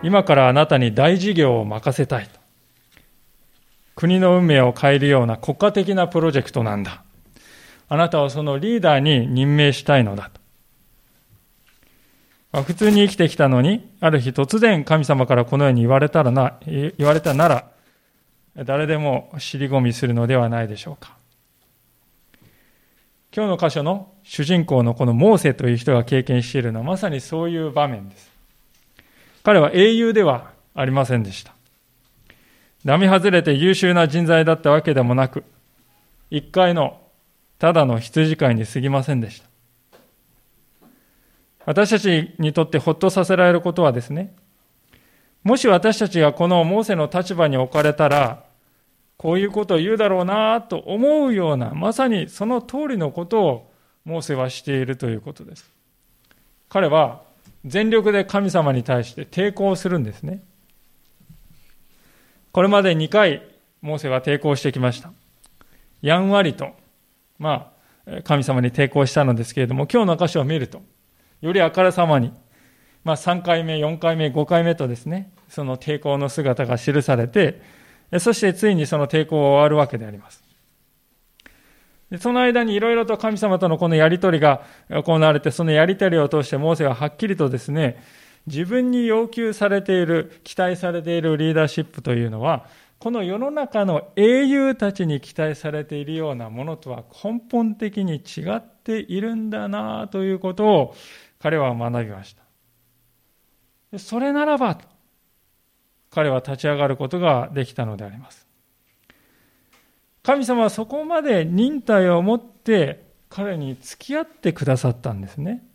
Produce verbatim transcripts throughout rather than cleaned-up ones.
今からあなたに大事業を任せたいと。国の運命を変えるような国家的なプロジェクトなんだ。あなたをそのリーダーに任命したいのだと。普通に生きてきたのに、ある日突然神様からこのように言われたらな、言われたなら、誰でも尻込みするのではないでしょうか。今日の箇所の主人公のこのモーセという人が経験しているのはまさにそういう場面です。彼は英雄ではありませんでした。並外れて優秀な人材だったわけでもなく、一回のただの羊飼いに過ぎませんでした。私たちにとってほっとさせられることはですね、もし私たちがこのモーセの立場に置かれたら、こういうことを言うだろうなと思うような、まさにその通りのことをモーセはしているということです。彼は全力で神様に対して抵抗するんですね。これまでにかいモーセは抵抗してきました。やんわりと、まあ、神様に抵抗したのですけれども、今日の箇所を見ると、よりあからさまに、まあ、さんかいめ、よんかいめ、ごかいめとですね、その抵抗の姿が記されて、そしてついにその抵抗が終わるわけであります。その間にいろいろと神様とのこのやり取りが行われて、そのやり取りを通してモーセははっきりとですね、自分に要求されている、期待されているリーダーシップというのは、この世の中の英雄たちに期待されているようなものとは根本的に違っているんだなということを彼は学びました。それならば、彼は立ち上がることができたのであります。神様はそこまで忍耐を持って彼に付き合ってくださったんですね。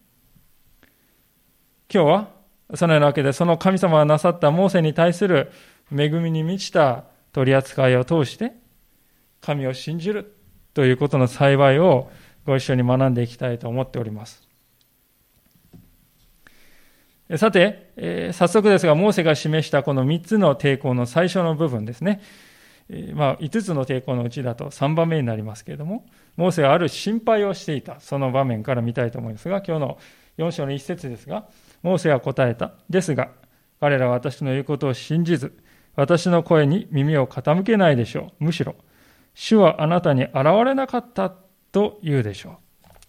今日はそのようなわけで、その神様がなさったモーセに対する恵みに満ちた取り扱いを通して神を信じるということの幸いをご一緒に学んでいきたいと思っております。さて、えー、早速ですが、モーセが示したこのみっつの抵抗の最初の部分ですね。えー、まあ、いつつの抵抗のうちだとさんばんめになりますけれども、モーセはある心配をしていた、その場面から見たいと思いますが、今日のよん章の一節ですが、モーセは答えた。ですが、彼らは私の言うことを信じず、私の声に耳を傾けないでしょう。むしろ、主はあなたに現れなかったと言うでしょう。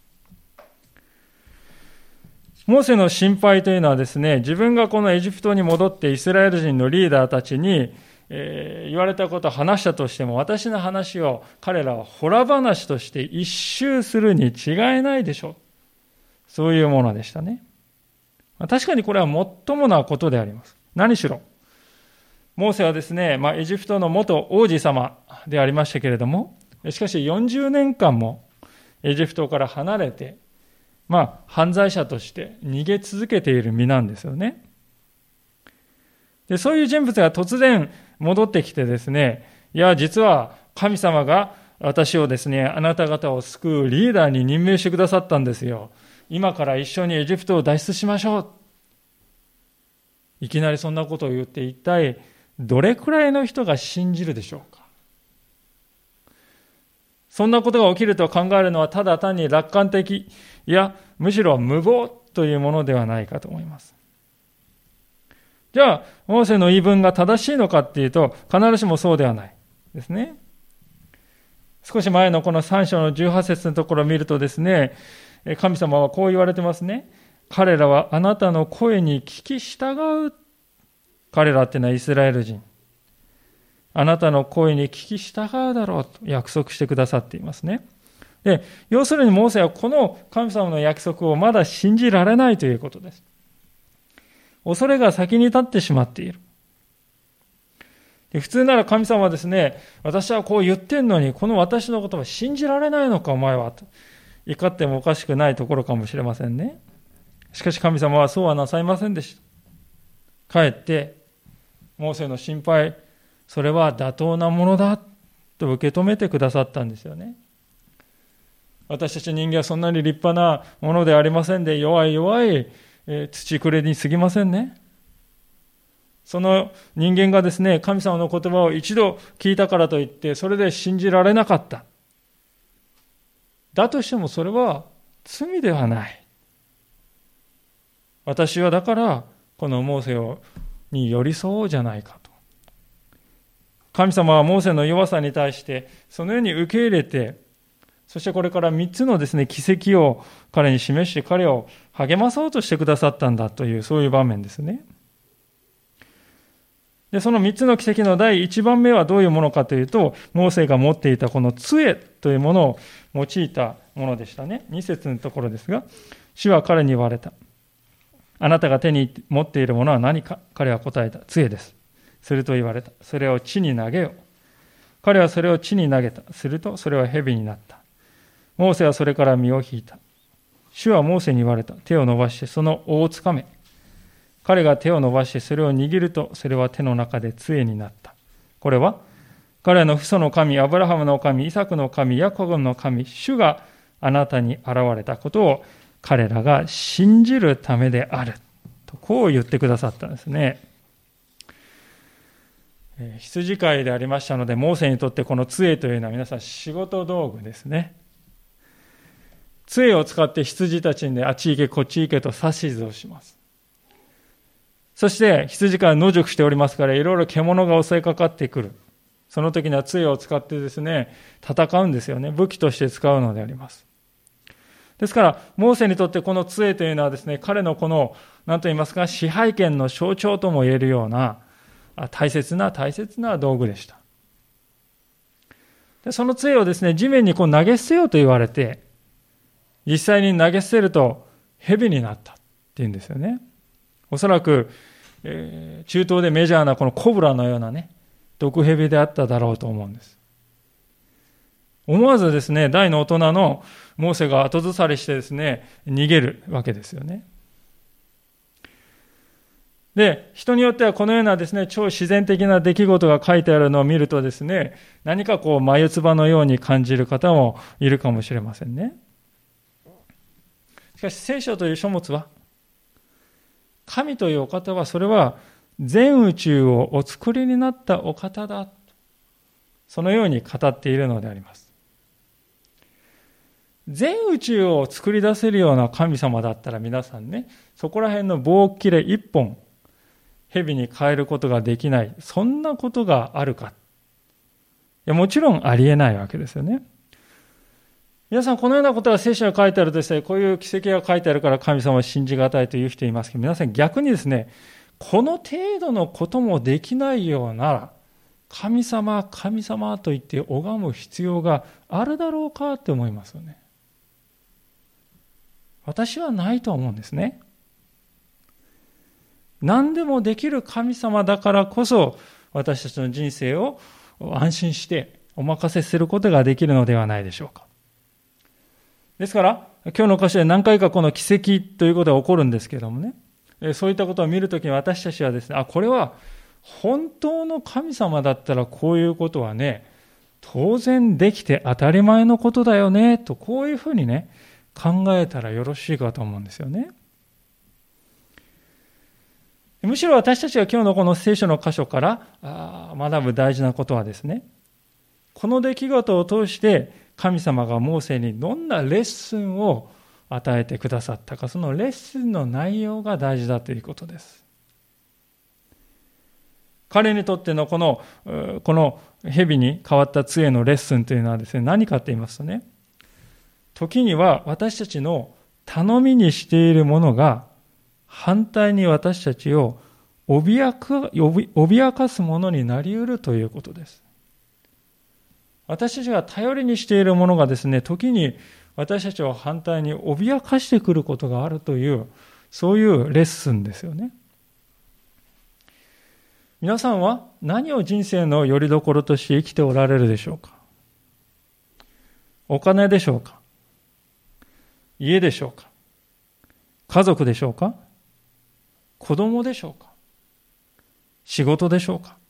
モーセの心配というのはですね、自分がこのエジプトに戻ってイスラエル人のリーダーたちに、えー、言われたことを話したとしても、私の話を彼らはほら話として一周するに違いないでしょう。そういうものでしたね。確かにこれはもっともなことであります。何しろ、モーセはですね、まあ、エジプトの元王子様でありましたけれども、しかしよんじゅうねんかんもエジプトから離れて、まあ、犯罪者として逃げ続けている身なんですよね。で、そういう人物が突然戻ってきてですね、いや、実は神様が私をですね、あなた方を救うリーダーに任命してくださったんですよ。今から一緒にエジプトを脱出しましょう。いきなりそんなことを言って一体どれくらいの人が信じるでしょうか。そんなことが起きると考えるのはただ単に楽観的、いや、むしろ無謀というものではないかと思います。じゃあ、モーセの言い分が正しいのかっていうと、必ずしもそうではないですね。少し前のこのさん章のじゅうはち節のところを見るとですね、神様はこう言われてますね。彼らはあなたの声に聞き従う。彼らっていうのはイスラエル人。あなたの声に聞き従うだろうと約束してくださっていますね。で、要するにモーセはこの神様の約束をまだ信じられないということです。恐れが先に立ってしまっている。で、普通なら神様はですね、私はこう言ってんのに、この私のことは信じられないのかお前はと怒ってもおかしくないところかもしれませんね。しかし神様はそうはなさいませんでした。かえってモーセの心配、それは妥当なものだと受け止めてくださったんですよね。私たち人間はそんなに立派なものではありませんで、弱い弱い、えー、土くれに過ぎませんね。その人間がですね、神様の言葉を一度聞いたからといって、それで信じられなかった。だとしてもそれは罪ではない。私はだからこのモーセをに寄り添おうじゃないかと。神様はモーセの弱さに対してそのように受け入れて、そしてこれから三つのですね、奇跡を彼に示して彼を励まそうとしてくださったんだという、そういう場面ですね。で、その三つの奇跡の第一番目はどういうものかというと、モーセが持っていたこの杖というものを用いたものでしたね。二節のところですが、主は彼に言われた。あなたが手に持っているものは何か。彼は答えた。杖です。すると言われた。それを地に投げよ。彼はそれを地に投げた。するとそれは蛇になった。モーセはそれから身を引いた。主はモーセに言われた。手を伸ばしてその尾をつかめ。彼が手を伸ばしてそれを握ると、それは手の中で杖になった。これは、彼の父祖の神、アブラハムの神、イサクの神、ヤコブの神、主があなたに現れたことを彼らが信じるためである。とこう言ってくださったんですね。羊飼いでありましたので、モーセにとってこの杖というのは皆さん仕事道具ですね。杖を使って羊たちにあっち行けこっち行けと指図をします。そして羊飼いは野宿しておりますから、いろいろ獣が襲いかかってくる。その時には杖を使ってですね、戦うんですよね。武器として使うのであります。ですから、モーセにとってこの杖というのはですね、彼のこの、何と言いますか、支配権の象徴とも言えるような、大切な大切な道具でした。でその杖をですね、地面にこう投げ捨てようと言われて、実際に投げ捨てると蛇になったっていうんですよね。おそらく、えー、中東でメジャーなこのコブラのようなね、毒蛇であっただろうと思うんです。思わずですね、大の大人のモーセが後ずさりしてですね、逃げるわけですよね。で、人によってはこのようなですね、超自然的な出来事が書いてあるのを見るとですね、何かこう眉唾のように感じる方もいるかもしれませんね。しかし聖書という書物は、神というお方は、それは全宇宙をお作りになったお方だ。そのように語っているのであります。全宇宙を作り出せるような神様だったら皆さんね、そこら辺の棒切れ一本、蛇に変えることができない、そんなことがあるか。いや、もちろんありえないわけですよね。皆さん、このようなことが聖書に書いてあるとですね、こういう奇跡が書いてあるから神様を信じがたいという人いますけど、皆さん逆にですね、この程度のこともできないような神様、神様と言って拝む必要があるだろうかって思いますよね。私はないと思うんですね。何でもできる神様だからこそ、私たちの人生を安心してお任せすることができるのではないでしょうか。ですから、今日の箇所で何回かこの奇跡ということが起こるんですけれどもね、そういったことを見るときに私たちはですね、あ、これは本当の神様だったらこういうことはね、当然できて当たり前のことだよね、とこういうふうにね、考えたらよろしいかと思うんですよね。むしろ私たちが今日のこの聖書の箇所から学ぶ大事なことはですね、この出来事を通して神様がモーセにどんなレッスンを与えてくださったか、そのレッスンの内容が大事だということです。彼にとってのこの、この蛇に変わった杖のレッスンというのはですね、何かと言いますとね、時には私たちの頼みにしているものが反対に私たちを脅か、脅かすものになり得るということです。私たちが頼りにしているものがですね、時に私たちを反対に脅かしてくることがあるという、そういうレッスンですよね。皆さんは何を人生の拠り所として生きておられるでしょうか。お金でしょうか。家でしょうか。家族でしょうか。子供でしょうか。仕事でしょうか。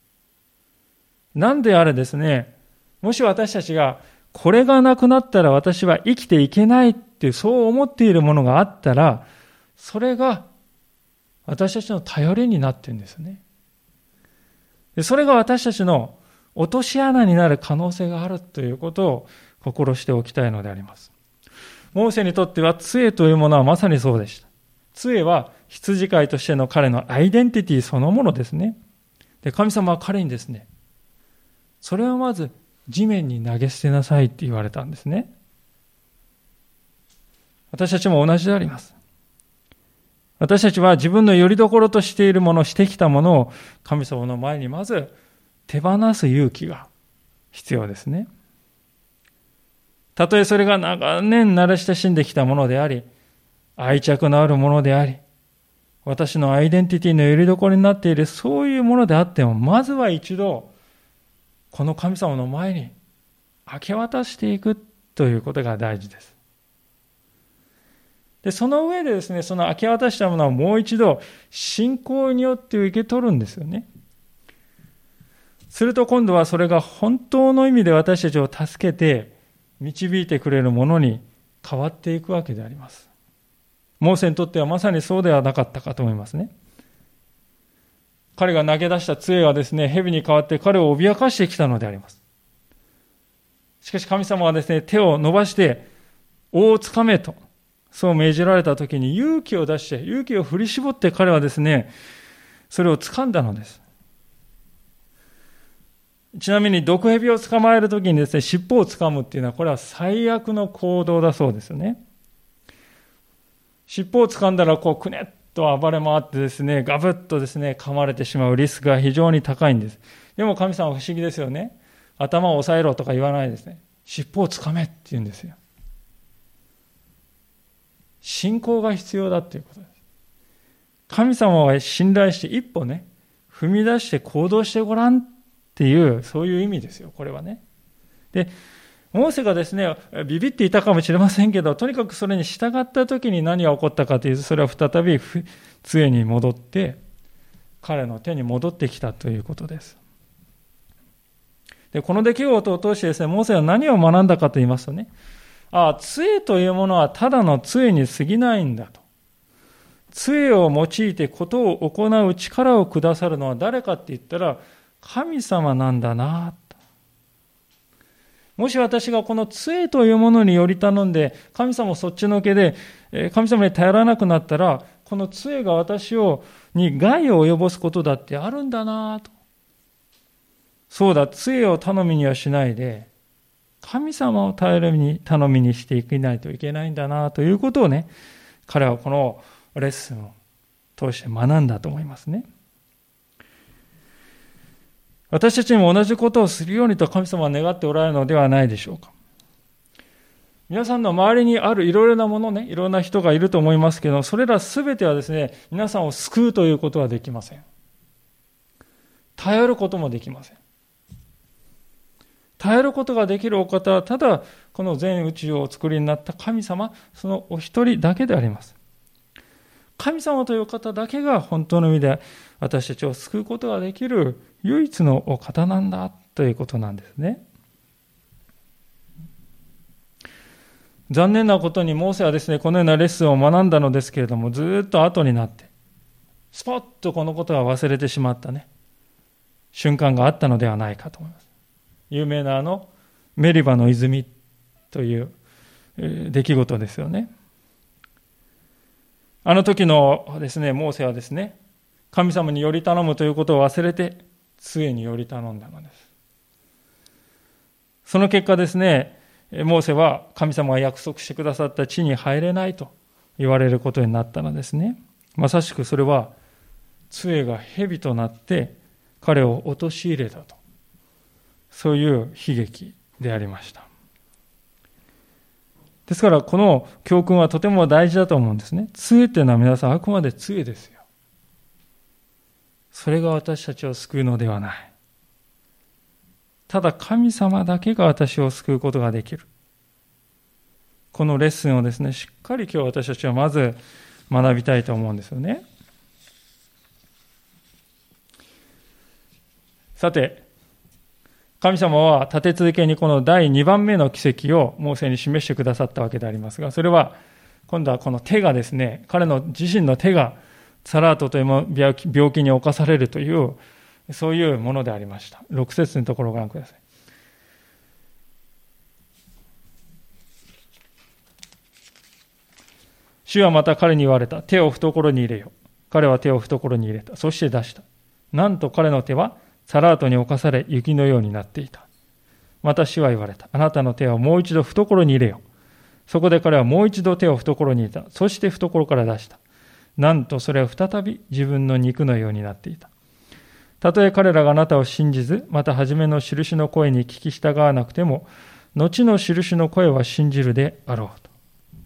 何であれですね、もし私たちがこれがなくなったら私は生きていけないっていう、そう思っているものがあったら、それが私たちの頼りになっているんですね。でそれが私たちの落とし穴になる可能性があるということを心しておきたいのであります。モーセにとっては杖というものはまさにそうでした。 杖は羊飼いとしての彼のアイデンティティそのものですね。で、神様は彼にですね、それをまず地面に投げ捨てなさいって言われたんですね。私たちも同じであります。私たちは自分の拠り所としているもの、してきたものを神様の前にまず手放す勇気が必要ですね。たとえそれが長年慣れ親しんできたものであり、愛着のあるものであり、私のアイデンティティの拠り所になっているそういうものであっても、まずは一度この神様の前に明け渡していくということが大事です。で、その上でですね、その明け渡したものをもう一度信仰によって受け取るんですよね。すると今度はそれが本当の意味で私たちを助けて導いてくれるものに変わっていくわけであります。モーセにとってはまさにそうではなかったかと思いますね。彼が投げ出した杖はですね、蛇に代わって彼を脅かしてきたのであります。しかし神様はですね、手を伸ばして尾をつかめとそう命じられたときに勇気を出して勇気を振り絞って彼はですね、それを掴んだのです。ちなみに毒蛇を捕まえるときにですね、尻尾を掴むっていうのはこれは最悪の行動だそうですよね。尻尾を掴んだらこうくねっと暴れ回ってですね、ガブッとですね噛まれてしまうリスクが非常に高いんです。でも神様は不思議ですよね。頭を押さえろとか言わないですね。尻尾を掴めって言うんですよ。信仰が必要だということです。神様は信頼して一歩ね、踏み出して行動してごらんっていう、そういう意味ですよ、これはね。で、モーセがですね、ビビっていたかもしれませんけど、とにかくそれに従った時に何が起こったかというと、それは再び杖に戻って、彼の手に戻ってきたということです。で、この出来事を通してですね、モーセは何を学んだかと言いますとね、ああ、杖というものはただの杖に過ぎないんだと。杖を用いてことを行う力をくださるのは誰かって言ったら、神様なんだなと。もし私がこの杖というものにより頼んで、神様をそっちのけで、神様に頼らなくなったら、この杖が私をに害を及ぼすことだってあるんだなと。そうだ、杖を頼みにはしないで、神様を頼りに、頼みにしていかないといけないんだなということをね、彼はこのレッスンを通して学んだと思いますね。私たちにも同じことをするようにと神様は願っておられるのではないでしょうか。皆さんの周りにあるいろいろなものね、いろんな人がいると思いますけど、それらすべてはですね、皆さんを救うということはできません。頼ることもできません。頼ることができるお方は、ただこの全宇宙をお作りになった神様、そのお一人だけであります。神様という方だけが本当の意味で私たちを救うことができる唯一のお方なんだということなんですね。残念なことにモーセはですね、このようなレッスンを学んだのですけれども、ずっと後になってスポッとこのことは忘れてしまったね、瞬間があったのではないかと思います。有名なあのメリバの泉という出来事ですよね。あの時のですね、モーセはですね、神様により頼むということを忘れて杖により頼んだのです。その結果ですね、モーセは神様が約束してくださった地に入れないと言われることになったのですね。まさしくそれは杖が蛇となって彼を陥れたと、そういう悲劇でありました。ですからこの教訓はとても大事だと思うんですね。杖っていうのは皆さんあくまで杖ですよ。それが私たちを救うのではない。ただ神様だけが私を救うことができる。このレッスンをですね、しっかり今日私たちはまず学びたいと思うんですよね。さて、神様は立て続けにこのだいにばんめの奇跡をモーセに示してくださったわけでありますが、それは今度はこの手がですね、彼の自身の手がツァラートという病気に侵されるという、そういうものでありました。ろく節のところをご覧ください。 主はまた彼に言われた。手を懐に入れよ。彼は手を懐に入れた。そして出した。なんと彼の手はサラートに侵され雪のようになっていた。また主は言われた。あなたの手をもう一度懐に入れよ。そこで彼はもう一度手を懐に入れた。そして懐から出した。なんとそれは再び自分の肉のようになっていた。たとえ彼らがあなたを信じず、また初めの印の声に聞き従わなくても、後の印の声は信じるであろうと。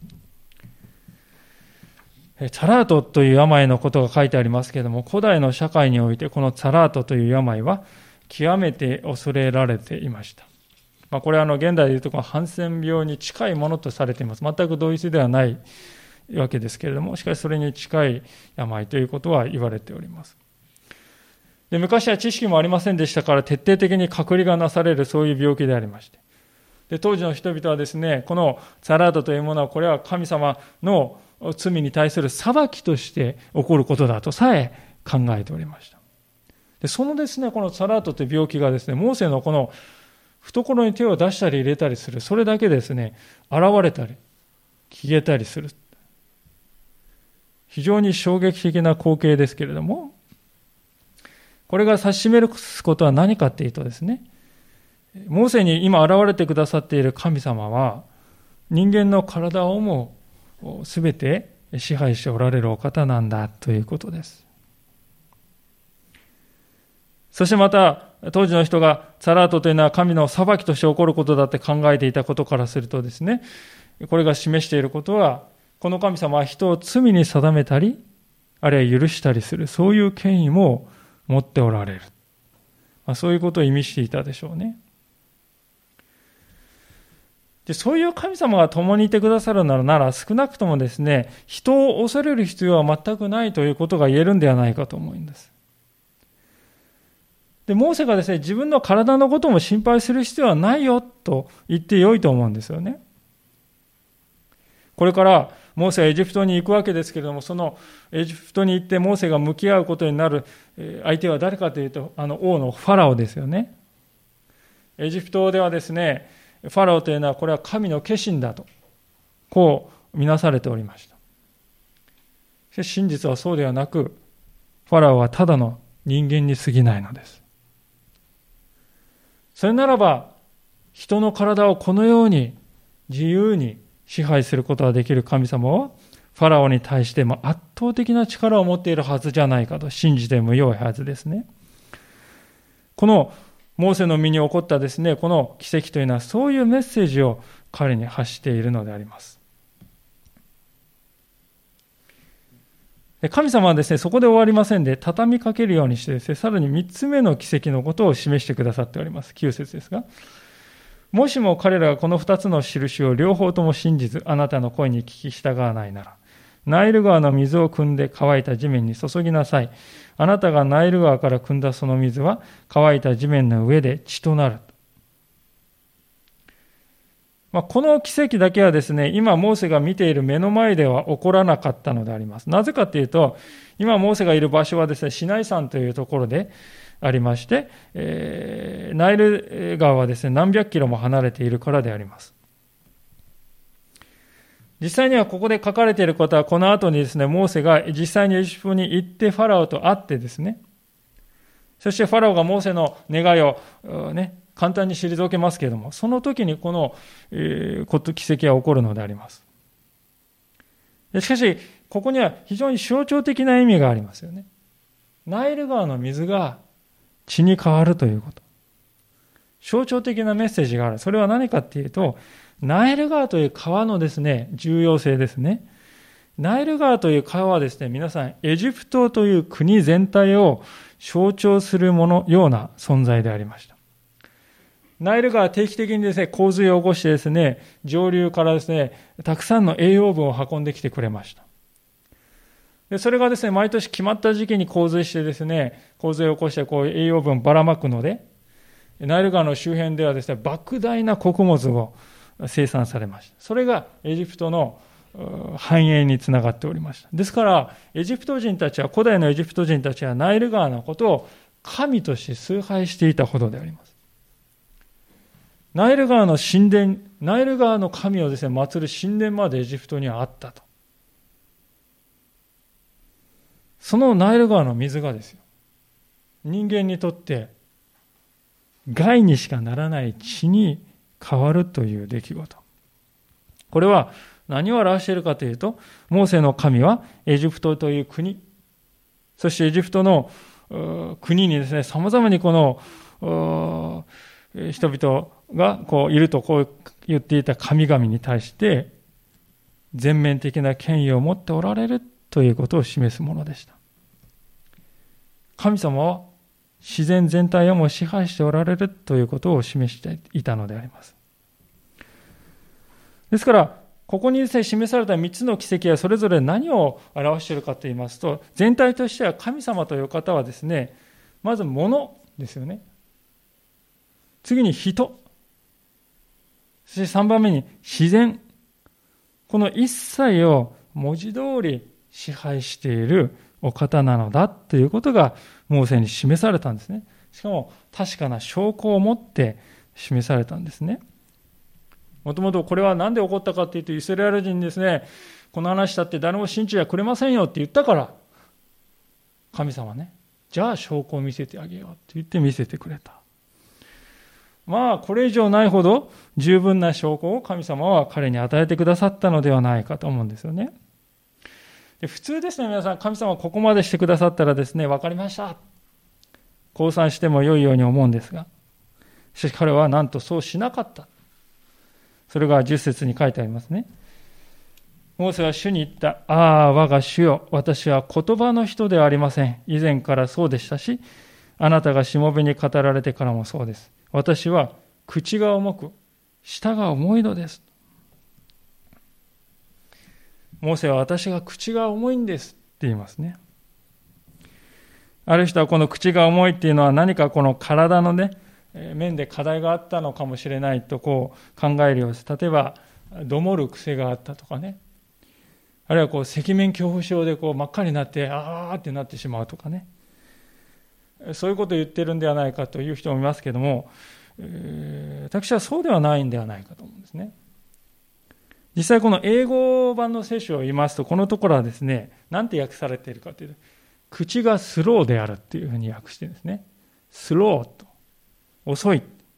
ツァラートという病のことが書いてありますけれども、古代の社会においてこのツァラートという病は極めて恐れられていました。まあ、これはあの現代でいうとこのハンセン病に近いものとされています。全く同一ではないわけですけれども、しかしそれに近い病ということは言われております。で、昔は知識もありませんでしたから徹底的に隔離がなされるそういう病気でありまして、で当時の人々はですね、このツァラートというものはこれは神様の罪に対する裁きとして起こることだとさえ考えておりました。でそのですね、このツァラートという病気がですね、モーセのこの懐に手を出したり入れたりする、それだけですね、現れたり消えたりする、非常に衝撃的な光景ですけれども、これが指し示すことは何かっていうとですね、モーセに今現れてくださっている神様は人間の体をもすべて支配しておられるお方なんだということです。そしてまた当時の人がツァラートというのは神の裁きとして起こることだって考えていたことからするとですね、これが示していることは、この神様は人を罪に定めたりあるいは許したりする、そういう権威も持っておられる、まあ、そういうことを意味していたでしょうね。でそういう神様が共にいてくださるならなら少なくともですね、人を恐れる必要は全くないということが言えるんではないかと思うんです。でモーセがですね、自分の体のことも心配する必要はないよと言ってよいと思うんですよね。これからモーセはエジプトに行くわけですけれども、そのエジプトに行ってモーセが向き合うことになる相手は誰かというと、あの王のファラオですよね。エジプトではですね、ファラオというのはこれは神の化身だとこう見なされておりました。しかし真実はそうではなく、ファラオはただの人間に過ぎないのです。それならば人の体をこのように自由に支配することができる神様はファラオに対しても圧倒的な力を持っているはずじゃないかと信じてもよいはずですね。このモーセの身に起こったですね、この奇跡というのはそういうメッセージを彼に発しているのであります。神様はですね、そこで終わりませんで、畳みかけるようにしてですね、さらに三つ目の奇跡のことを示してくださっております。きゅう節ですが、もしも彼らがこの二つの印を両方とも信じず、あなたの声に聞き従わないなら、ナイル川の水を汲んで乾いた地面に注ぎなさい。あなたがナイル川から汲んだその水は乾いた地面の上で血となる。まあ、この奇跡だけはですね、今モーセが見ている目の前では起こらなかったのであります。なぜかというと、今モーセがいる場所はですね、シナイ山というところでありまして、えー、ナイル川はですね、何百キロも離れているからであります。実際にはここで書かれていることは、この後にですね、モーセが実際にエジプトに行ってファラオと会ってですね、そしてファラオがモーセの願いをね、簡単に退けますけれども、その時にこの、えー、こと奇跡が起こるのであります。しかし、ここには非常に象徴的な意味がありますよね。ナイル川の水が血に変わるということ。象徴的なメッセージがある。それは何かっていうと、ナイル川という川のですね、重要性ですね。ナイル川という川はですね、皆さん、エジプトという国全体を象徴するもの、ような存在でありました。ナイル川は定期的にですね、洪水を起こしてですね、上流からですね、たくさんの栄養分を運んできてくれました。でそれがですね、毎年決まった時期に洪水してですね、洪水を起こしてこう栄養分ばらまくので、ナイル川の周辺ではですね、莫大な穀物を生産されました。それがエジプトの繁栄につながっておりました。ですから、エジプト人たちは、古代のエジプト人たちはナイル川のことを神として崇拝していたほどであります。ナイル川の神殿、ナイル川の神をですね、祀る神殿までエジプトにはあったとそのナイル川の水がですよ、人間にとって害にしかならない血に変わるという出来事。これは何を表しているかというと、モーセの神はエジプトという国、そしてエジプトの国にですね、様々にこの人々がこういるとこう言っていた神々に対して全面的な権威を持っておられるということを示すものでした。神様は自然全体をも支配しておられるということを示していたのであります。ですから、ここにですね、示されたみっつの奇跡はそれぞれ何を表しているかといいますと、全体としては神様という方はですね、まず物ですよね。次に人。そしてさんばんめに自然。この一切を文字通り支配しているお方なのだということがモーセに示されたんですね。しかも確かな証拠を持って示されたんですね。もともとこれは何で起こったかというと、イスラエル人にですね、この話だって誰も信じてはくれませんよって言ったから、神様ね、じゃあ証拠を見せてあげようって言って見せてくれた。まあこれ以上ないほど十分な証拠を神様は彼に与えてくださったのではないかと思うんですよね。で、普通ですね、皆さん、神様はここまでしてくださったらですね、分かりました、降参しても良いように思うんですが、しかし彼はなんとそうしなかった。それがじゅっ節に書いてありますね。モーセは主に言った。ああ、我が主よ、私は言葉の人ではありません。以前からそうでしたし、あなたがしもべに語られてからもそうです。私は口が重く、舌が重いのです。モーセは私が口が重いんですって言いますね。ある人はこの口が重いっていうのは何かこの体のね、面で課題があったのかもしれないとこう考えるようです。例えば、どもる癖があったとかね。あるいはこう赤面恐怖症でこう真っ赤になって、あーってなってしまうとかね。そういうことを言ってるんではないかという人もいますけども、えー、私はそうではないんではないかと思うんですね。実際この英語版の聖書を言いますと、このところはですね、なんて訳されているかというと、口がスローであるっていうふうに訳してるんですね。スローと。遅い。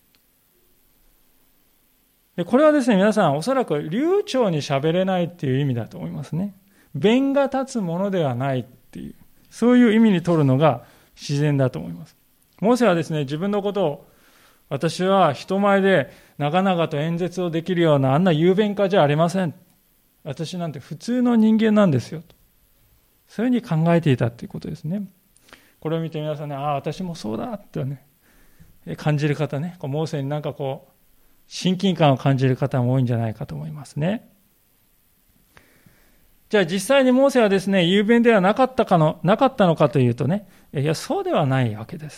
で、これはですね、皆さん、おそらく流暢に喋れないっていう意味だと思いますね。弁が立つものではないっていう、そういう意味に取るのが自然だと思います。モーセはですね、自分のことを、私は人前で長々と演説をできるようなあんな雄弁家じゃありません。私なんて普通の人間なんですよと。そういうふうに考えていたということですね。これを見て皆さんね、ああ、私もそうだってね、感じる方ね、モーセになんかこう、親近感を感じる方も多いんじゃないかと思いますね。じゃあ実際にモーセはですね、雄弁ではなかったかの、なかったのかというとね、いや、そうではないわけです。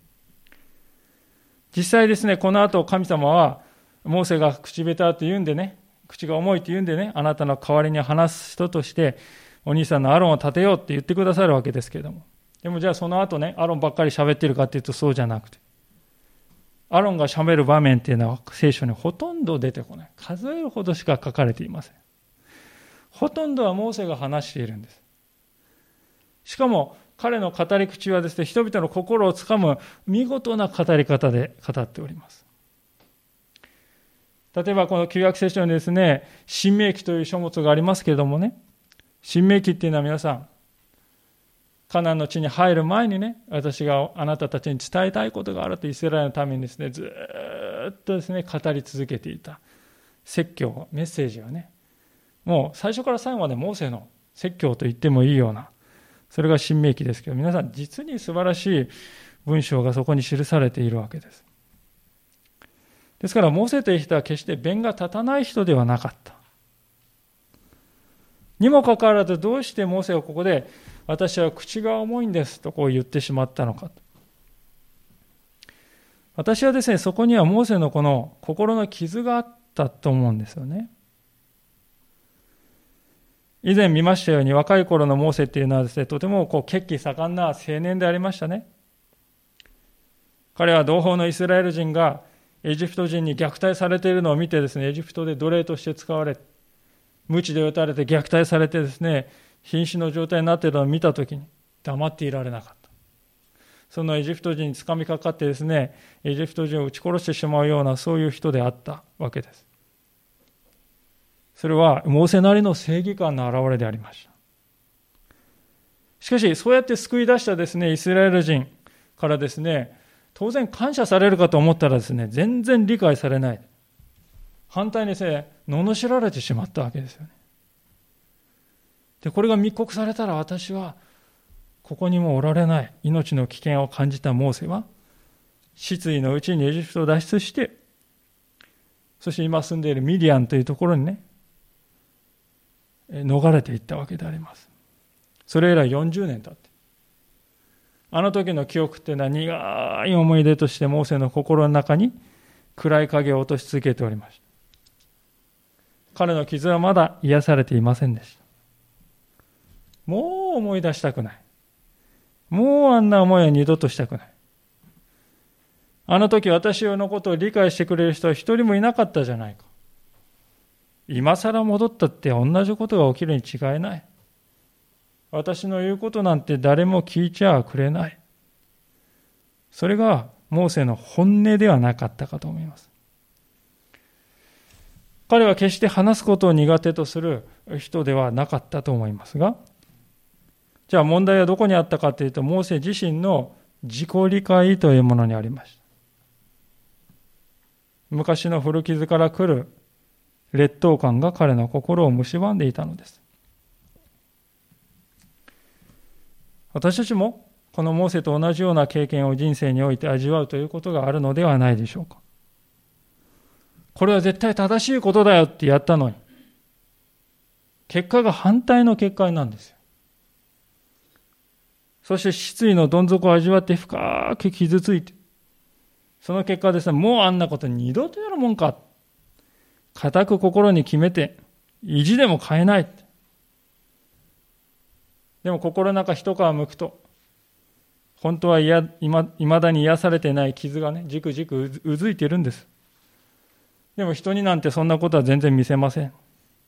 実際ですね、この後神様は、モーセが口下手と言うんでね、口が重いと言うんでね、あなたの代わりに話す人として、お兄さんのアロンを立てようって言ってくださるわけですけれども。でもじゃあその後ね、アロンばっかり喋ってるかっていうとそうじゃなくて、アロンが喋る場面っていうのは聖書にほとんど出てこない。数えるほどしか書かれていません。ほとんどはモーセが話しているんです。しかも彼の語り口はですね、人々の心をつかむ見事な語り方で語っております。例えばこの旧約聖書にですね、新明記という書物がありますけれどもね、新明記っていうのは皆さん、カナンの地に入る前にね、私があなたたちに伝えたいことがあるとイスラエルのためにですね、ずっとですね、語り続けていた説教、メッセージがね、もう最初から最後までモーセの説教と言ってもいいような、それが新明記ですけど、皆さん実に素晴らしい文章がそこに記されているわけです。ですからモーセという人は決して弁が立たない人ではなかった。にもかかわらずどうしてモーセはここで私は口が重いんですとこう言ってしまったのか。私はですね、そこにはモーセのこの心の傷があったと思うんですよね。以前見ましたように若い頃のモーセっていうのはですね、とてもこう血気盛んな青年でありましたね。彼は同胞のイスラエル人がエジプト人に虐待されているのを見てですね、エジプトで奴隷として使われ、鞭で打たれて虐待されてですね、瀕死の状態になっているのを見たときに、 黙っていられなかった。そのエジプト人に掴みかかってですね、エジプト人を撃ち殺してしまうようなそういう人であったわけです。それはモーセなりの正義感の表れでありました。しかし、そうやって救い出したですね、イスラエル人からですね、当然感謝されるかと思ったらですね、全然理解されない。反対にですね、罵られてしまったわけですよね。で、これが密告されたら私はここにもおられない。命の危険を感じたモーセは、失意のうちにエジプトを脱出して、そして今住んでいるミディアンというところにね、逃れていったわけであります。それ以来よんじゅうねん経って、あの時の記憶っていうのは苦い思い出としてモーセの心の中に暗い影を落とし続けておりました。彼の傷はまだ癒されていませんでした。もう思い出したくない。もうあんな思いは二度としたくない。あの時私のことを理解してくれる人は一人もいなかったじゃないか。今更戻ったって同じことが起きるに違いない。私の言うことなんて誰も聞いちゃくれない。それがモーセの本音ではなかったかと思います。彼は決して話すことを苦手とする人ではなかったと思いますが、じゃあ問題はどこにあったかというと、モーセ自身の自己理解というものにありました。昔の古傷から来る劣等感が彼の心を蝕んでいたのです。私たちもこのモーセと同じような経験を人生において味わうということがあるのではないでしょうか。これは絶対正しいことだよってやったのに、結果が反対の結果なんですよ。そして失意のどん底を味わって深く傷ついて、その結果ですね、もうあんなこと二度とやるもんか。固く心に決めて、意地でも変えない。でも心の中一皮むくと、本当はいや、いま、未だに癒されていない傷がね、じくじくうずいているんです。でも人になんてそんなことは全然見せません。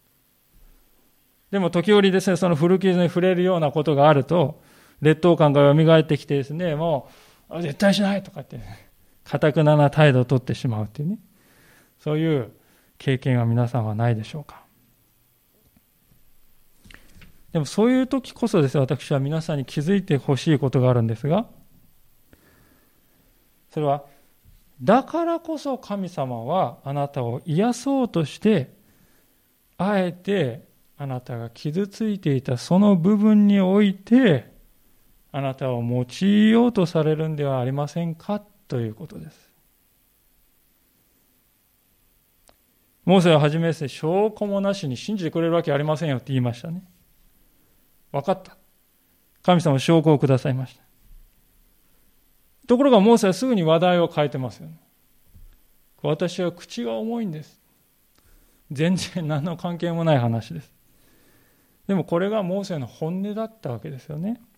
でも時折ですね、その古傷に触れるようなことがあると、劣等感が蘇ってきてですね、もう絶対しないとかって、ね、堅くなな態度を取ってしまうっていうね、そういう経験は皆さんはないでしょうか。でもそういう時こそですね、私は皆さんに気づいてほしいことがあるんですが、それはだからこそ神様はあなたを癒そうとして、あえてあなたが傷ついていたその部分において、あなたを用いようとされるんではありませんかということです。モーセは初めですね、証拠もなしに信じてくれるわけありませんよって言いましたね。分かった。神様は証拠をくださいました。ところがモーセはすぐに話題を変えてますよね。私は口が重いんです。全然何の関係もない話です。でもこれがモーセの本音だったわけですよね。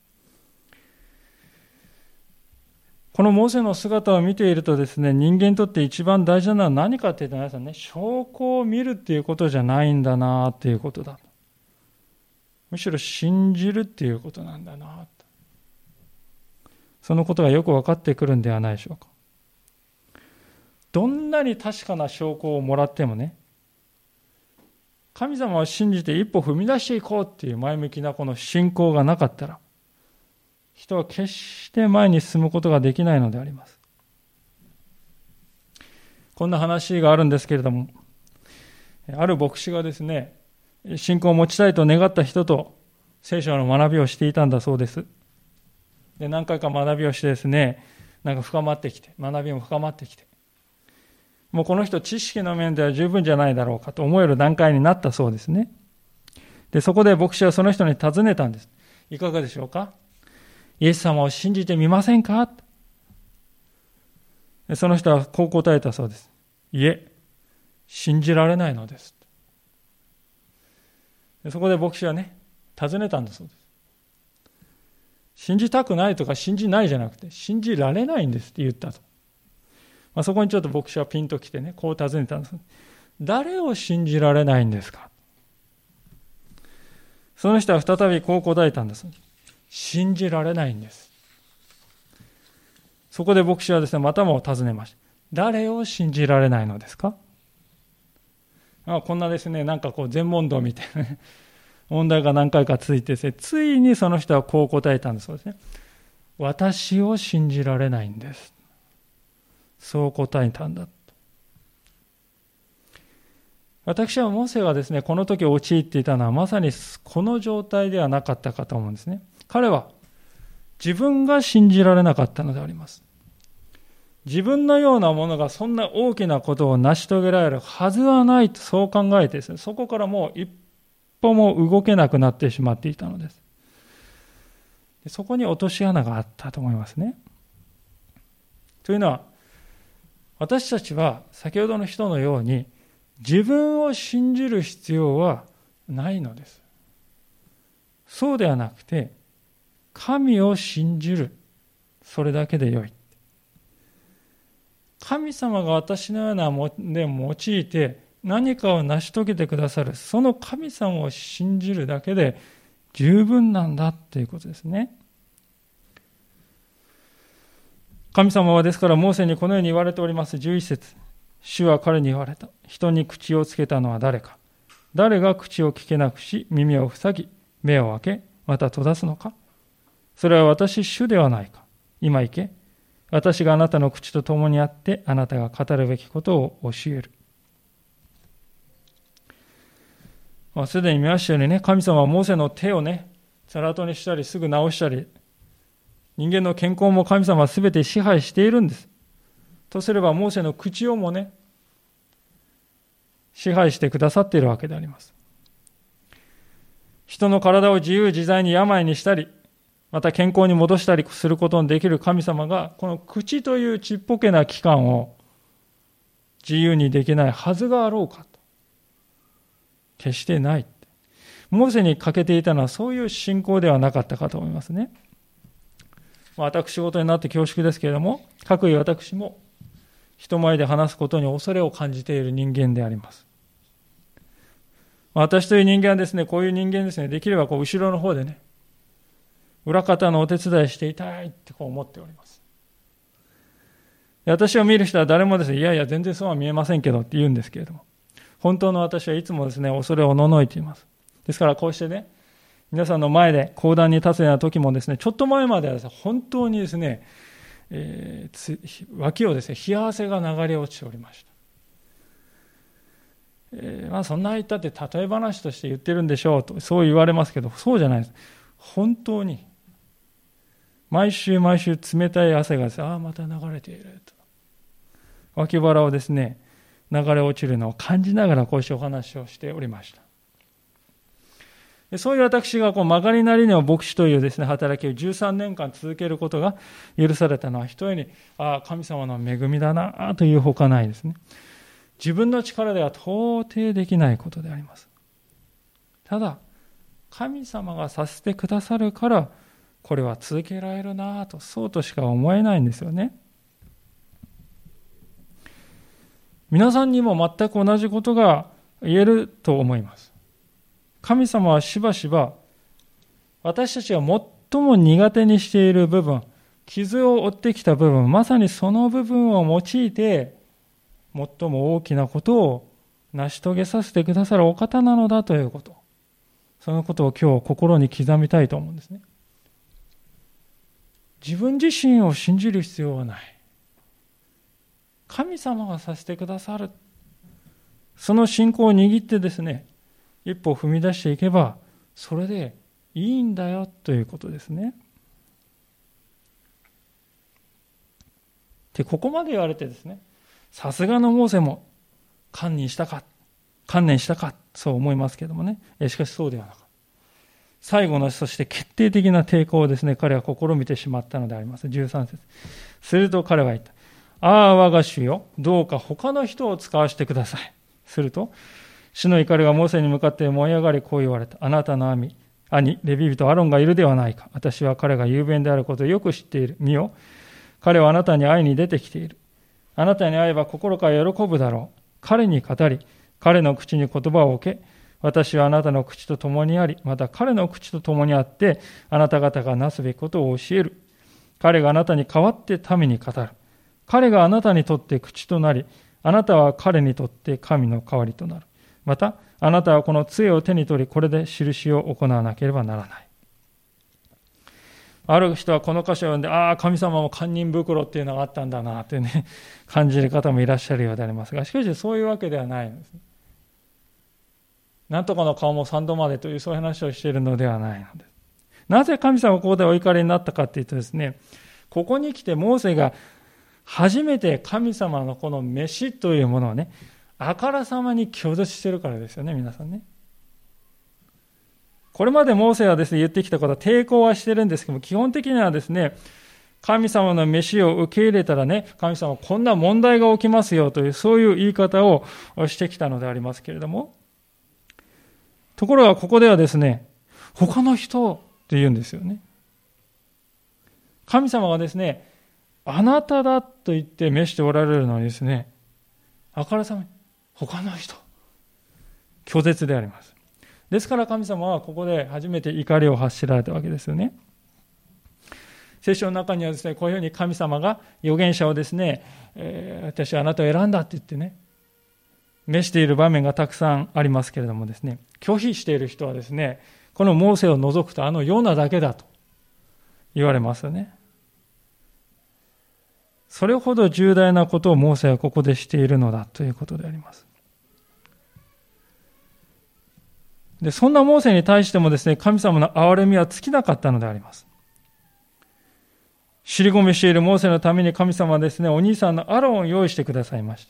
このモーセの姿を見ているとですね、人間にとって一番大事なのは何かっていうと、皆さんね、証拠を見るっていうことじゃないんだなっていうことだ。むしろ信じるっていうことなんだな。そのことがよく分かってくるんではないでしょうか。どんなに確かな証拠をもらってもね、神様を信じて一歩踏み出していこうっていう前向きなこの信仰がなかったら、人は決して前に進むことができないのであります。こんな話があるんですけれども、ある牧師がですね、信仰を持ちたいと願った人と聖書の学びをしていたんだそうです。で、何回か学びをしてですね、なんか深まってきて、学びも深まってきて、もうこの人知識の面では十分じゃないだろうかと思える段階になったそうですね。で、そこで牧師はその人に尋ねたんです。いかがでしょうか？イエス様を信じてみませんか？でその人はこう答えたそうです。いえ、信じられないのです。でそこで牧師はね、尋ねたんだそうです。信じたくないとか信じないじゃなくて、信じられないんですって言ったと。まあ、そこにちょっと牧師はピンときてね、こう尋ねたんです。誰を信じられないんですか？その人は再びこう答えたんです。 信じられないんです。そこで牧師はですね、またも尋ねました。誰を信じられないのですか？あこんなですね、なんかこう全問答みたいな、ね、問題が何回か続いてですね、ついにその人はこう答えたんです。そうですね。私を信じられないんです。そう答えたんだ。私はモーセがですね、この時陥っていたのはまさにこの状態ではなかったかと思うんですね。彼は自分が信じられなかったのであります。自分のようなものがそんな大きなことを成し遂げられるはずはないとそう考えてですね、そこからもう一歩も動けなくなってしまっていたのです。そこに落とし穴があったと思いますね。というのは、私たちは先ほどの人のように自分を信じる必要はないのです。そうではなくて、神を信じる。それだけでよい。神様が私のようなものを用いて何かを成し遂げてくださる。その神様を信じるだけで十分なんだということですね。神様はですからモーセにこのように言われております。じゅういっ節。主は彼に言われた。人に口をつけたのは誰か。誰が口を聞けなくし、耳を塞ぎ、目を開け、また閉ざすのか。それは私、主ではないか。今行け。私があなたの口と共にあって、あなたが語るべきことを教える。まあ、すでに見ましたようにね、神様はモーセの手をね、ザラトにしたり、すぐ治したり、人間の健康も神様はすべて支配しているんです。とすれば、モーセの口をもね、支配してくださっているわけであります。人の体を自由自在に病にしたり、また健康に戻したりすることのできる神様が、この口というちっぽけな器官を自由にできないはずがあろうかと。決してない。モーセに欠けていたのはそういう信仰ではなかったかと思いますね。私事になって恐縮ですけれども、各位私も人前で話すことに恐れを感じている人間であります。私という人間はですね、こういう人間ですね、できればこう後ろの方でね、裏方のお手伝いしていたいってこう思っております。私を見る人は誰もですね、いやいや全然そうは見えませんけどって言うんですけれども、本当の私はいつもですね、恐れをおののいています。ですからこうしてね、皆さんの前で講談に立つような時もですね、ちょっと前まではですね、本当にですね、えー、脇をですね、冷や汗が流れ落ちておりました。えー、まあそんな言ったって例え話として言ってるんでしょうと、そう言われますけど、そうじゃないです。本当に、毎週毎週冷たい汗がですね、ああ、また流れていると。脇腹をですね、流れ落ちるのを感じながらこうしてお話をしておりました。そういう私がこう曲がりなりの牧師というですね、働きをじゅうさんねんかん続けることが許されたのは、ひとえに、ああ、神様の恵みだなというほかないですね。自分の力では到底できないことであります。ただ、神様がさせてくださるから、これは続けられるなと、そうとしか思えないんですよね。皆さんにも全く同じことが言えると思います。神様はしばしば私たちが最も苦手にしている部分、傷を負ってきた部分、まさにその部分を用いて最も大きなことを成し遂げさせてくださるお方なのだということ、そのことを今日心に刻みたいと思うんですね。自分自身を信じる必要はない。神様がさせてくださる。その信仰を握ってですね、一歩踏み出していけば、それでいいんだよということですね。で、ここまで言われてですね、さすがのモーセも観念したか、観念したか、そう思いますけどもね。しかしそうではなかった。最後の、そして決定的な抵抗をですね、彼は試みてしまったのであります。じゅうさん節。すると彼は言った。ああ、我が主よ、どうか他の人を使わせてください。すると、主の怒りがモーセに向かって燃え上がり、こう言われた。あなたの兄、兄、レビ人アロンがいるではないか。私は彼が雄弁であることをよく知っている。見よ。彼はあなたに会いに出てきている。あなたに会えば心から喜ぶだろう。彼に語り、彼の口に言葉を置け。 私はあなたの口と共にあり、また彼の口と共にあって、あなた方がなすべきことを教える。彼があなたに代わって民に語る。彼があなたにとって口となり、あなたは彼にとって神の代わりとなる。また、あなたはこの杖を手に取り、これで印を行わなければならない。ある人はこの箇所を読んで、ああ、神様も堪忍袋っていうのがあったんだなというね、感じる方もいらっしゃるようでありますが、しかしそういうわけではないんです。なんとかの顔も三度までというそういう話をしているのではないのです。なぜ神様がここでお怒りになったかというとですね、ここに来てモーセが初めて神様のこの飯というものをね、あからさまに拒絶しているからですよね、皆さんね。これまでモーセはですね、言ってきたことは抵抗はしてるんですけども、基本的にはですね、神様の飯を受け入れたらね、神様こんな問題が起きますよという、そういう言い方をしてきたのでありますけれども、ところがここではですね、他の人って言うんですよね。神様がですね、あなただと言って召しておられるのにですね、あからさまに他の人、拒絶であります。ですから神様はここで初めて怒りを発しられたわけですよね。聖書の中にはですね、こういうふうに神様が預言者をですね、えー、私はあなたを選んだって言ってね、召している場面がたくさんありますけれどもですね、拒否している人はですね、このモーセを除くとあのヨナだけだと言われますよね。それほど重大なことをモーセはここでしているのだということであります。で、そんなモーセに対してもですね、神様の憐れみは尽きなかったのであります。尻込みしているモーセのために神様はですね、お兄さんのアロンを用意してくださいました。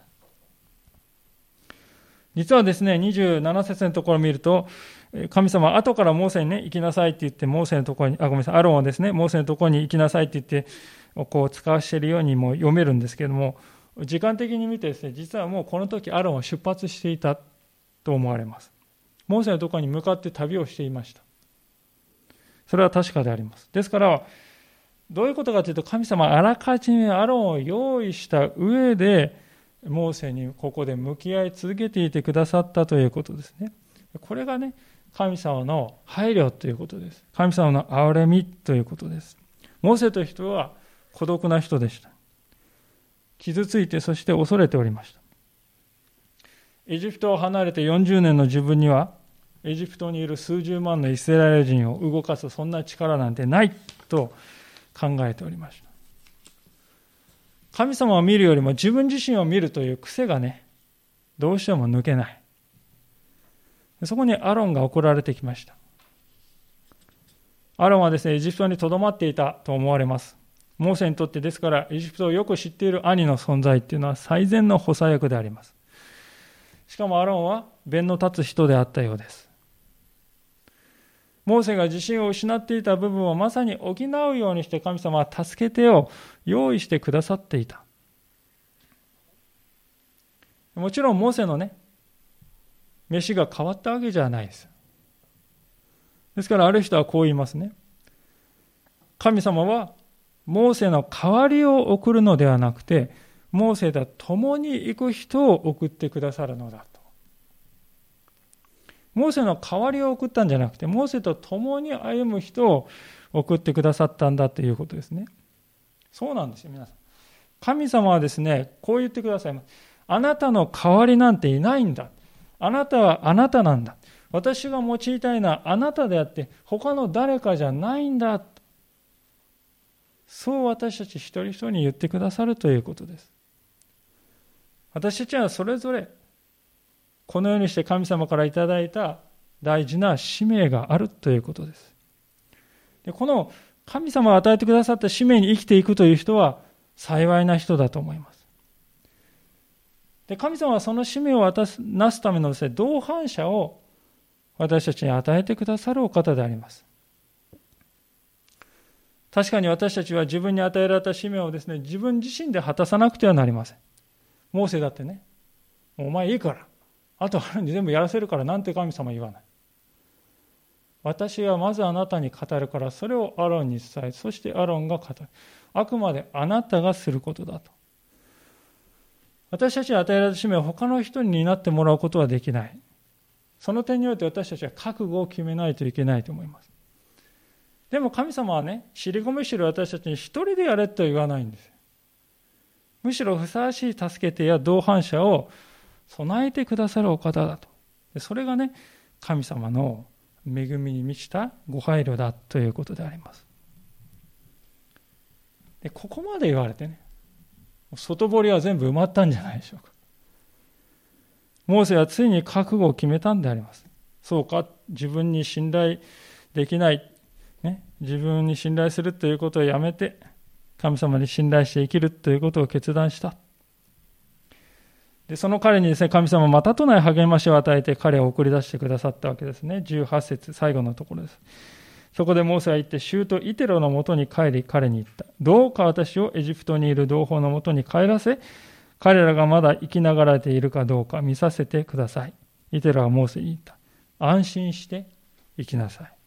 実はですね、にじゅうなな節のところを見ると、神様は後からモーセにね、行きなさいって言って、モーセのところに、あ、ごめんなさい、アロンはですね、モーセのところに行きなさいって言って、こう使わしているようにも読めるんですけれども、時間的に見てですね、実はもうこの時アロンは出発していたと思われます。モーセのところに向かって旅をしていました。それは確かであります。ですから、どういうことかというと、神様はあらかじめアロンを用意した上で、モーセにここで向き合い続けていてくださったということですね。これがね、神様の配慮ということです。神様の憐れみということです。モーセという人は孤独な人でした。傷ついて、そして恐れておりました。エジプトを離れてよんじゅうねんの自分には、エジプトにいる数十万のイスラエル人を動かすそんな力なんてないと考えておりました。神様を見るよりも自分自身を見るという癖がね、どうしても抜けない。そこにアロンが送られてきました。アロンはですね、エジプトにとどまっていたと思われます。モーセにとってですから、エジプトをよく知っている兄の存在っていうのは最善の補佐役であります。しかもアロンは弁の立つ人であったようです。モーセが自信を失っていた部分をまさに補うようにして神様は助け手を用意してくださっていた。もちろんモーセのね、飯が変わったわけじゃないです。ですからある人はこう言いますね。神様はモーセの代わりを送るのではなくて、モーセと共に行く人を送ってくださるのだと。モーセの代わりを送ったんじゃなくて、モーセと共に歩む人を送ってくださったんだということですね。そうなんですよ、皆さん。神様はですね、こう言ってくださいます。あなたの代わりなんていないんだ。あなたはあなたなんだ。私が用いたいのはあなたであって、他の誰かじゃないんだ。そう私たち一人一人に言ってくださるということです。私たちはそれぞれ、このようにして神様からいただいた大事な使命があるということです。で、この神様が与えてくださった使命に生きていくという人は幸いな人だと思います。で、神様はその使命を渡すなすためのですね、同伴者を私たちに与えてくださるお方であります。確かに私たちは自分に与えられた使命をですね、自分自身で果たさなくてはなりません。モーセだってね、お前いいから、あとは全部やらせるからなんて神様言わない。私はまずあなたに語るから、それをアロンに伝え、そしてアロンが語る。あくまであなたがすることだと。私たちに与えられた使命を他の人に担ってもらうことはできない。 その点において私たちは覚悟を決めないといけないと思います。でも神様はね、尻込みしている私たちに一人でやれとは言わないんです。むしろふさわしい助け手や同伴者を備えてくださるお方だと。それがね、神様の恵みに満ちたご配慮だということであります。で、ここまで言われてね、外堀は全部埋まったんじゃないでしょうか。モーセはついに覚悟を決めたんであります。そうか、自分に信頼できない、ね、自分に信頼するということをやめて、神様に信頼して生きるということを決断した。で、その彼にですね、神様はまたとない励ましを与えて彼を送り出してくださったわけですね。じゅうはち節、最後のところです。そこでモーセは言って、舅イテロのもとに帰り彼に言った。どうか私をエジプトにいる同胞のもとに帰らせ、彼らがまだ生きながらえているかどうか見させてください。イテロはモーセに言った。安心して生きなさい。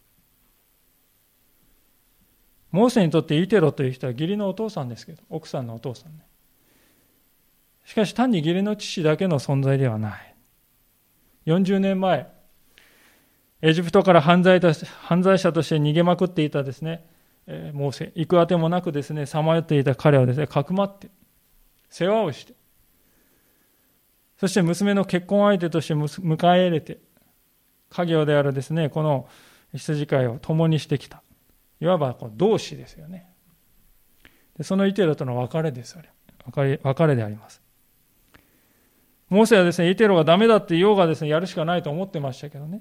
モーセにとってイテロという人は義理のお父さんですけど、奥さんのお父さんね。しかし単に義理の父だけの存在ではない。よんじゅうねんまえ、エジプトから犯罪と犯罪者として逃げまくっていたですね、えー、モーセ、行くあてもなくですね、さまよっていた彼をですね、かくまって、世話をして、そして娘の結婚相手として迎え入れて、家業であるですね、この羊飼いを共にしてきた。いわばこう同志ですよね。でそのイテロとの別れです。別れ、別れであります。モーセはですね、イテロがダメだって言おうがですね、やるしかないと思ってましたけどね。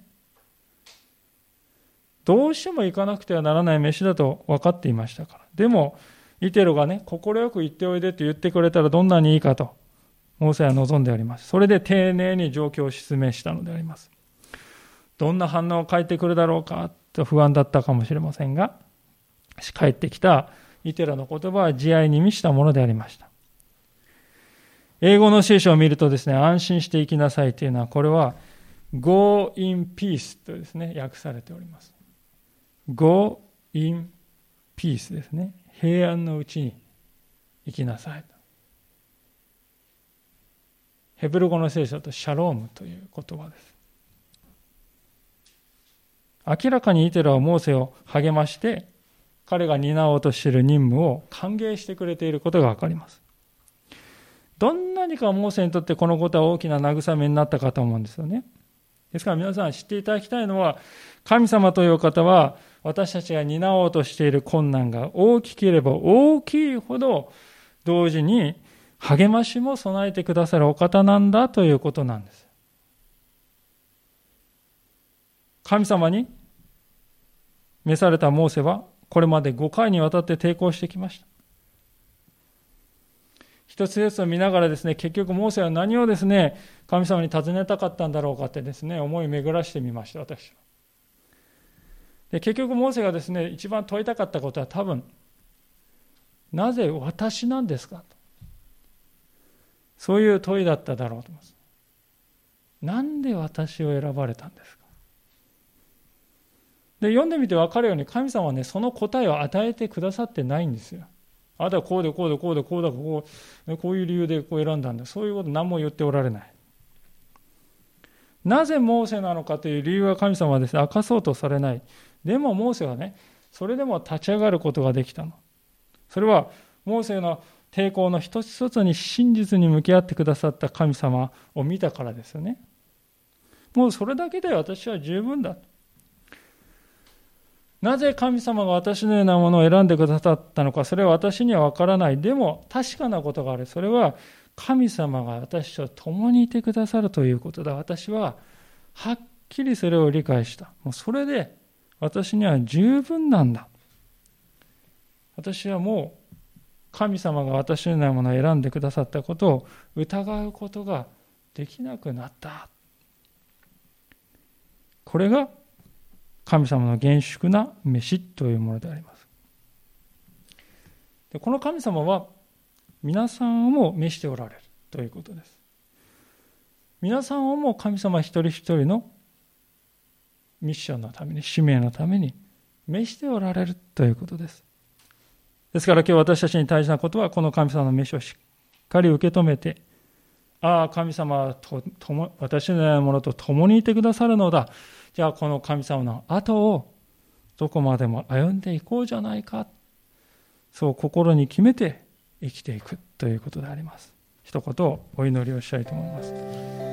どうしても行かなくてはならない飯だと分かっていましたから。でも、イテロがね、快く行っておいでと言ってくれたらどんなにいいかと、モーセは望んでおります。それで丁寧に状況を説明したのであります。どんな反応を返ってくるだろうかと不安だったかもしれませんが、帰ってきたイテロの言葉は慈愛に満ちたものでありました。英語の聖書を見るとですね、安心して生きなさいというのは、これは Go in peace とですね、訳されております。Go in peace ですね。平安のうちに生きなさい。ヘブル語の聖書だとシャロームという言葉です。明らかにイテロはモーセを励まして、彼が担おうとしている任務を歓迎してくれていることがわかります。どんなにかモーセにとってこのことは大きな慰めになったかと思うんですよね。ですから皆さん知っていただきたいのは、神様という方は私たちが担おうとしている困難が大きければ大きいほど同時に励ましも備えてくださるお方なんだということなんです。神様に召されたモーセはこれまでごかいにわたって抵抗してきました。一つずつを見ながらですね、結局モーセは何をですね、神様に尋ねたかったんだろうかってですね、思い巡らしてみました、私は。で、結局モーセがですね、一番問いたかったことは多分、なぜ私なんですかと。そういう問いだっただろうと思います。なんで私を選ばれたんですか。で、読んでみて分かるように、神様はね、その答えを与えてくださってないんですよ。あなたはこうでこうでこうでこうだこうこういう理由でこう選んだんだ。そういうこと何も言っておられない。なぜモーセなのかという理由は神様はですね、明かそうとされない。でもモーセはね、それでも立ち上がることができたの。それはモーセの抵抗の一つ一つに真実に向き合ってくださった神様を見たからですよね。もうそれだけで私は十分だ。なぜ神様が私のようなものを選んでくださったのか、それは私には分からない。でも確かなことがある。それは神様が私と共にいてくださるということだ。私ははっきりそれを理解した。もうそれで私には十分なんだ。私はもう神様が私のようなものを選んでくださったことを疑うことができなくなった。これが神様の厳粛な召しというものであります。でこの神様は皆さんをも召しておられるということです。皆さんをも神様一人一人のミッションのために、使命のために召しておられるということです。ですから今日私たちに大事なことは、この神様の召しをしっかり受け止めて、 ああ、神様はととも私のようなものと共にいてくださるのだ。じゃあこの神様の後をどこまでも歩んでいこうじゃないか。そう心に決めて生きていくということであります。一言お祈りをしたいと思います。